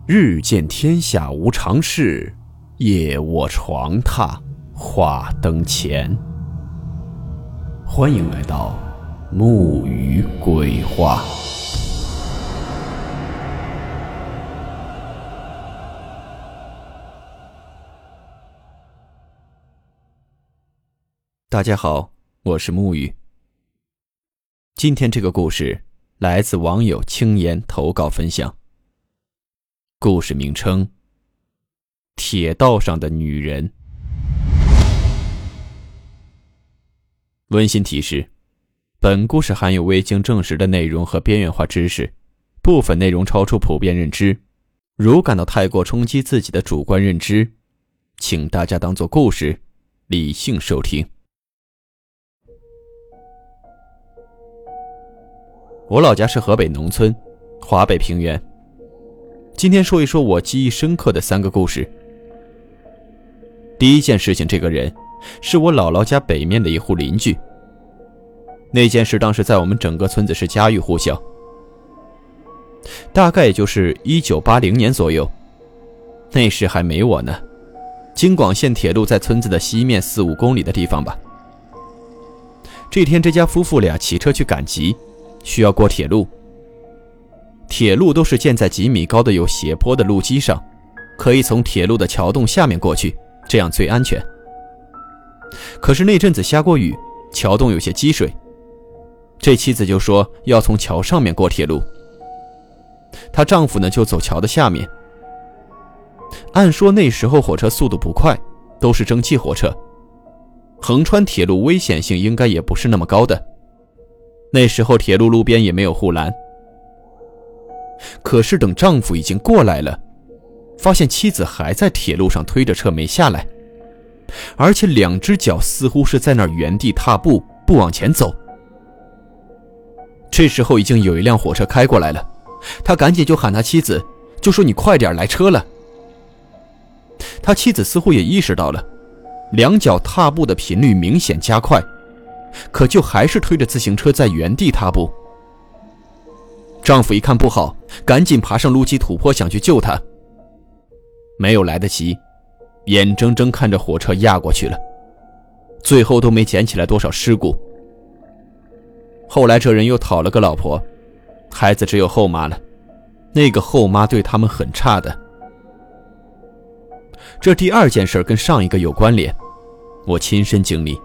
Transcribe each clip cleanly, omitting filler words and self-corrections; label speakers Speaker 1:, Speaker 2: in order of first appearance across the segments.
Speaker 1: 日见天下无常事，夜卧床榻话灯前。欢迎来到木鱼鬼话。大家好，我是木鱼。今天这个故事来自网友青岩投稿分享。故事名称：铁道上的女人。温馨提示：本故事含有未经证实的内容和边缘化知识，部分内容超出普遍认知，如感到太过冲击自己的主观认知，请大家当作故事，理性收听。我老家是河北农村，华北平原。今天说一说我记忆深刻的3个故事。第一件事情，这个人是我姥姥家北面的一户邻居。那件事当时在我们整个村子是家喻户晓，大概也就是1980年左右，那时还没我呢。京广线铁路在村子的西面4-5公里的地方吧。这天这家夫妇俩骑车去赶集，需要过铁路。铁路都是建在几米高的有斜坡的路基上，可以从铁路的桥洞下面过去，这样最安全。可是那阵子下过雨，桥洞有些积水，这妻子就说要从桥上面过铁路，她丈夫呢就走桥的下面。按说那时候火车速度不快，都是蒸汽火车，横穿铁路危险性应该也不是那么高的。那时候铁路路边也没有护栏。可是等丈夫已经过来了，发现妻子还在铁路上推着车没下来，而且2只脚似乎是在那儿原地踏步，不往前走。这时候已经有一辆火车开过来了，他赶紧就喊他妻子，就说你快点来车了。他妻子似乎也意识到了，2脚踏步的频率明显加快，可就还是推着自行车在原地踏步。丈夫一看不好，赶紧爬上路基土坡想去救她，没有来得及，眼睁睁看着火车压过去了，最后都没捡起来多少尸骨。后来这人又讨了个老婆，孩子只有后妈了，那个后妈对他们很差的。这第2件事跟上一个有关联，我亲身经历。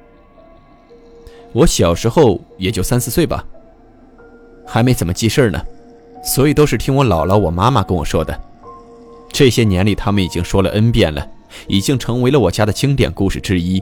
Speaker 1: 我小时候也就3-4岁吧，还没怎么记事呢，所以都是听我姥姥我妈妈跟我说的。这些年里他们已经说了 N 遍了，已经成为了我家的经典故事之一。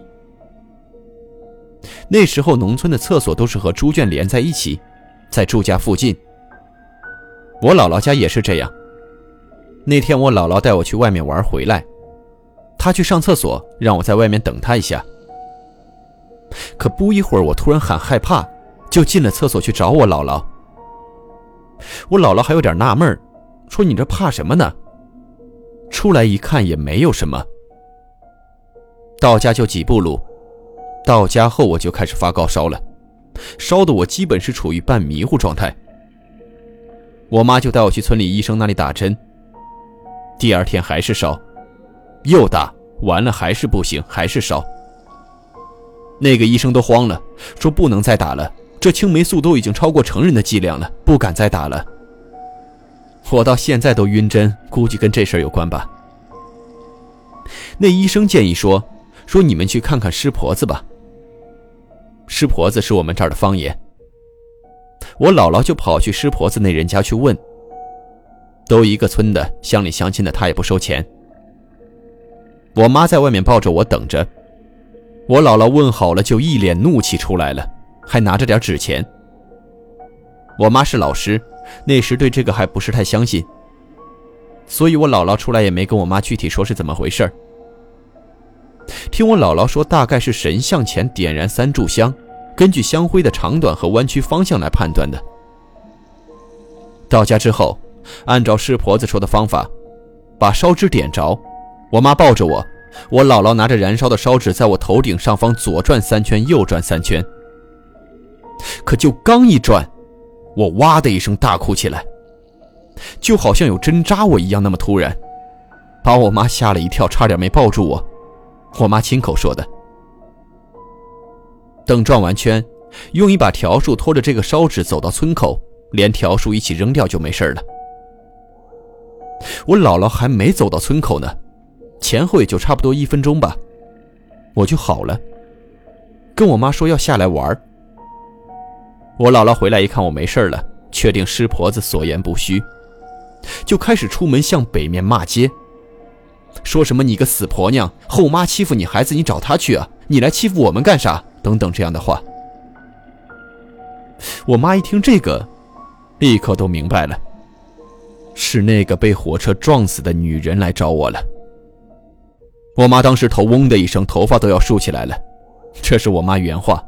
Speaker 1: 那时候农村的厕所都是和猪圈连在一起，在住家附近。我姥姥家也是这样。那天我姥姥带我去外面玩回来，她去上厕所，让我在外面等她一下。可不一会儿我突然喊害怕，就进了厕所去找我姥姥。我姥姥还有点纳闷，说你这怕什么呢？出来一看也没有什么。到家就几步路，到家后我就开始发高烧了，烧得我基本是处于半迷糊状态。我妈就带我去村里医生那里打针，第2天还是烧，又打，完了还是不行，还是烧。那个医生都慌了，说不能再打了，这青霉素都已经超过成人的剂量了，不敢再打了。我到现在都晕针，估计跟这事儿有关吧。那医生建议说你们去看看师婆子吧。师婆子是我们这儿的方言。我姥姥就跑去师婆子那人家去问，都一个村的，乡里乡亲的，他也不收钱。我妈在外面抱着我等着，我姥姥问好了就一脸怒气出来了，还拿着点纸钱。我妈是老师，那时对这个还不是太相信，所以我姥姥出来也没跟我妈具体说是怎么回事。听我姥姥说，大概是神像前点燃3炷香，根据香灰的长短和弯曲方向来判断的。到家之后，按照师婆子说的方法，把烧纸点着，我妈抱着我，我姥姥拿着燃烧的烧纸在我头顶上方左转3圈，右转3圈。可就刚一转，我哇的一声大哭起来， 就好像有针扎我一样那么突然，把我妈吓了一跳，差点没抱住我。我妈亲口说的。等转完圈，用一把笤帚拖着这个烧纸走到村口，连笤帚一起扔掉就没事了。我姥姥还没走到村口呢，前后也就差不多1分钟吧，我就好了，跟我妈说要下来玩。我姥姥回来一看我没事了，确定师婆子所言不虚，就开始出门向北面骂街，说什么你个死婆娘，后妈欺负你孩子你找她去啊，你来欺负我们干啥，等等这样的话。我妈一听这个，立刻都明白了，是那个被火车撞死的女人来找我了。我妈当时头嗡的一声，头发都要竖起来了，这是我妈原话。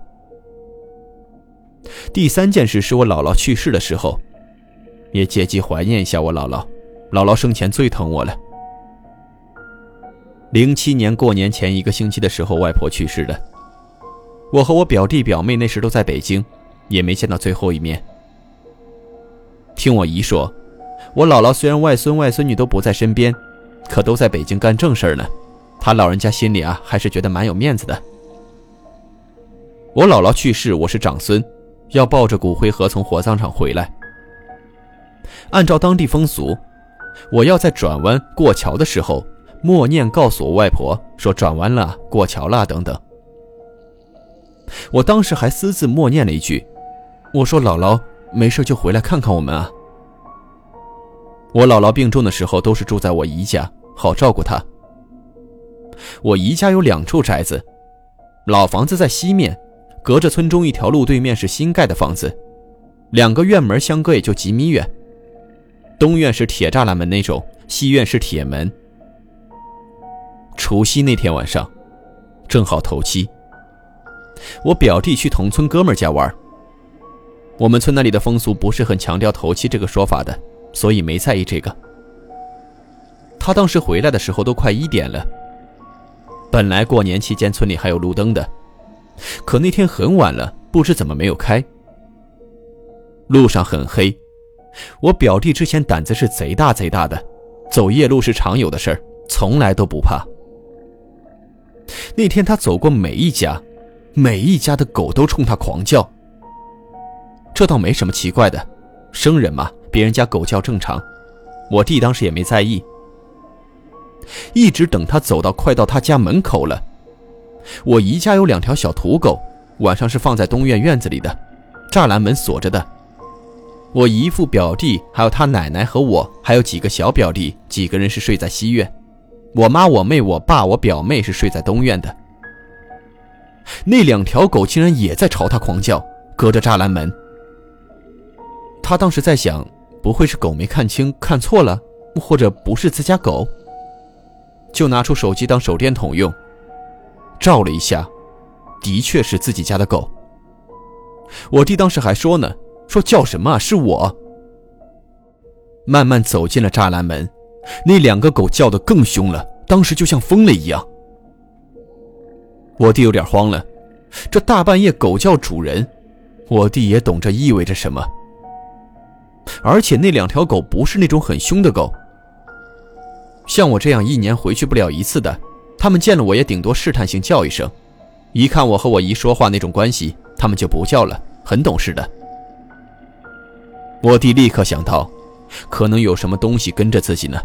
Speaker 1: 第3件事是我姥姥去世的时候，也借机怀念一下我姥姥，姥姥生前最疼我了。07年过年前1个星期的时候，外婆去世了。我和我表弟表妹那时都在北京，也没见到最后一面。听我姨说，我姥姥虽然外孙外孙女都不在身边，可都在北京干正事呢，她老人家心里还是觉得蛮有面子的。我姥姥去世，我是长孙，要抱着骨灰盒从火葬场回来。按照当地风俗，我要在转弯过桥的时候默念告诉我外婆说转弯了，过桥了等等。我当时还私自默念了一句，我说姥姥没事就回来看看我们啊。我姥姥病重的时候都是住在我姨家，好照顾她。我姨家有2处宅子，老房子在西面，隔着村中一条路，对面是新盖的房子，2个院门相隔也就几米远。东院是铁栅栏门那种，西院是铁门。除夕那天晚上，正好头七，我表弟去同村哥们家玩。我们村那里的风俗不是很强调头七这个说法的，所以没在意这个。他当时回来的时候都快1点了，本来过年期间村里还有路灯的，可那天很晚了，不知怎么没有开。路上很黑，我表弟之前胆子是贼大贼大的，走夜路是常有的事儿，从来都不怕。那天他走过每一家的狗都冲他狂叫。这倒没什么奇怪的，生人嘛，别人家狗叫正常，我弟当时也没在意。一直等他走到快到他家门口了，我姨家有2条小土狗，晚上是放在东院院子里的，栅栏门锁着的。我姨父表弟还有他奶奶和我还有几个小表弟，几个人是睡在西院，我妈我妹我爸我表妹是睡在东院的。那2条狗竟然也在朝他狂叫，隔着栅栏门。他当时在想，不会是狗没看清看错了，或者不是自家狗，就拿出手机当手电筒用，照了一下，的确是自己家的狗。我弟当时还说呢，说叫什么是我。慢慢走进了栅栏门，那2个狗叫得更凶了，当时就像疯了一样。我弟有点慌了，这大半夜狗叫主人，我弟也懂这意味着什么。而且那2条狗不是那种很凶的狗，像我这样1年回去不了1次的，他们见了我也顶多试探性叫一声，一看我和我姨说话那种关系，他们就不叫了，很懂事的。我弟立刻想到，可能有什么东西跟着自己呢。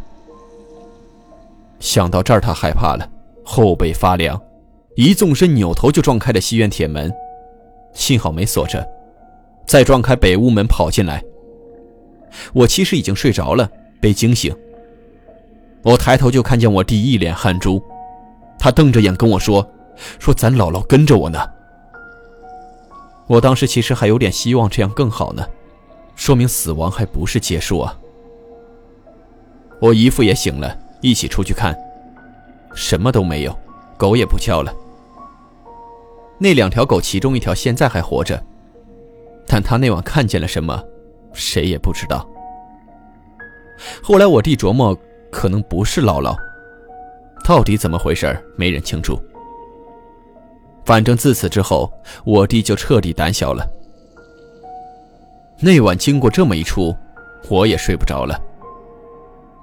Speaker 1: 想到这儿他害怕了，后背发凉，一纵身扭头就撞开了西院铁门，幸好没锁着，再撞开北屋门跑进来。我其实已经睡着了，被惊醒。我抬头就看见我弟一脸汗珠，他瞪着眼跟我说咱姥姥跟着我呢。我当时其实还有点希望这样更好呢，说明死亡还不是结束啊。我姨父也醒了，一起出去看，什么都没有，狗也不叫了。那2条狗其中1条现在还活着，但他那晚看见了什么，谁也不知道。后来我弟琢磨，可能不是姥姥，到底怎么回事没人清楚。反正自此之后，我弟就彻底胆小了。那晚经过这么一出，我也睡不着了，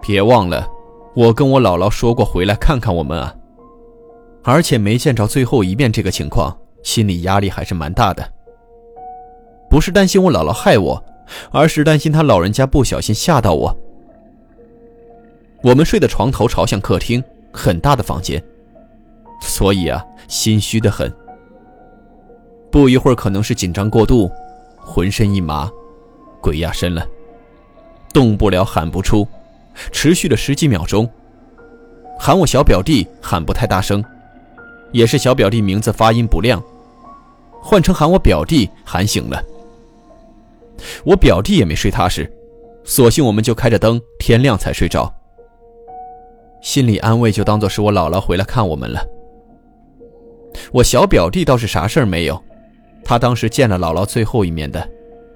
Speaker 1: 别忘了，我跟我姥姥说过回来看看我们啊。而且没见着最后一面这个情况，心理压力还是蛮大的。不是担心我姥姥害我，而是担心她老人家不小心吓到我。我们睡的床头朝向客厅，很大的房间，所以啊，心虚得很。不一会儿可能是紧张过度，浑身一麻，鬼压身了，动不了，喊不出，持续了10几秒钟。喊我小表弟喊不太大声，也是小表弟名字发音不亮，换成喊我表弟喊醒了。我表弟也没睡踏实，索性我们就开着灯，天亮才睡着。心理安慰就当作是我姥姥回来看我们了。我小表弟倒是啥事儿没有，他当时见了姥姥最后一面的。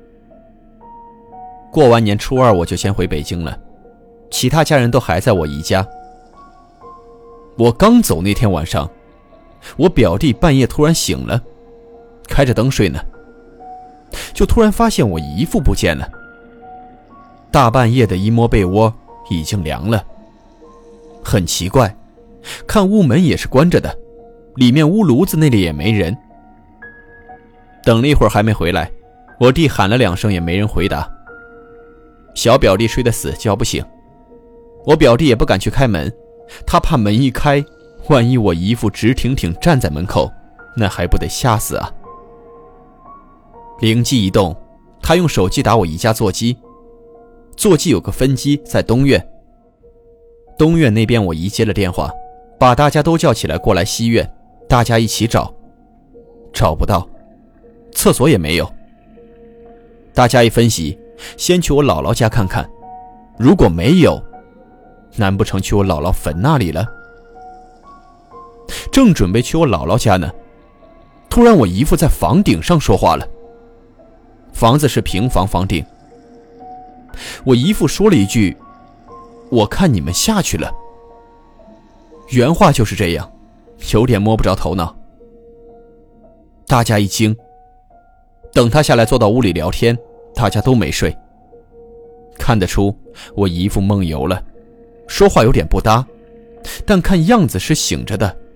Speaker 1: 过完年初2我就先回北京了，其他家人都还在我姨家。我刚走那天晚上，我表弟半夜突然醒了，开着灯睡呢，就突然发现我姨父不见了。大半夜的一摸被窝，已经凉了。很奇怪，看屋门也是关着的，里面屋炉子那里也没人。等了一会儿还没回来，我弟喊了2声也没人回答。小表弟睡得死，叫不醒。我表弟也不敢去开门，他怕门一开，万一我姨父直挺挺站在门口，那还不得吓死啊。灵机一动，他用手机打我姨家座机，座机有个分机在东院。东院那边我姨接了电话，把大家都叫起来过来西院，大家一起找。找不到，厕所也没有。大家一分析，先去我姥姥家看看，如果没有，难不成去我姥姥坟那里了？正准备去我姥姥家呢，突然我姨父在房顶上说话了。房子是平房房顶，我姨父说了一句：“我看你们下去了。”原话就是这样，有点摸不着头脑。大家一惊，等他下来坐到屋里聊天，大家都没睡。看得出我姨父梦游了，说话有点不搭，但看样子是醒着的。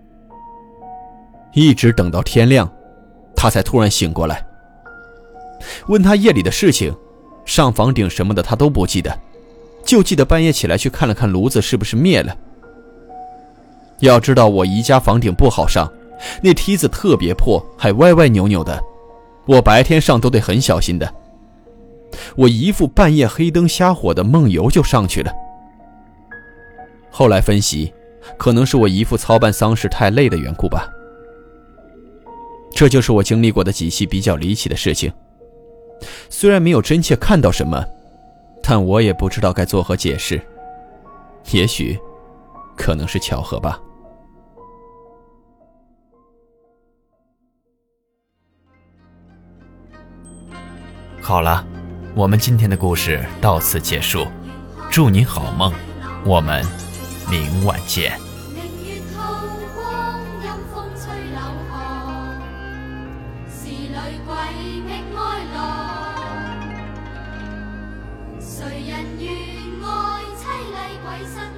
Speaker 1: 一直等到天亮，他才突然醒过来。问他夜里的事情，上房顶什么的他都不记得，就记得半夜起来去看了看炉子是不是灭了。要知道我姨家房顶不好上，那梯子特别破，还歪歪扭扭的，我白天上都得很小心的。我姨父半夜黑灯瞎火的梦游就上去了。后来分析，可能是我姨父操办丧事太累的缘故吧。这就是我经历过的几起比较离奇的事情。虽然没有真切看到什么，但我也不知道该作何解释。也许，可能是巧合吧。好了，我们今天的故事到此结束，祝您好梦，我们明晚见。
Speaker 2: 谁人愿爱凄厉鬼身？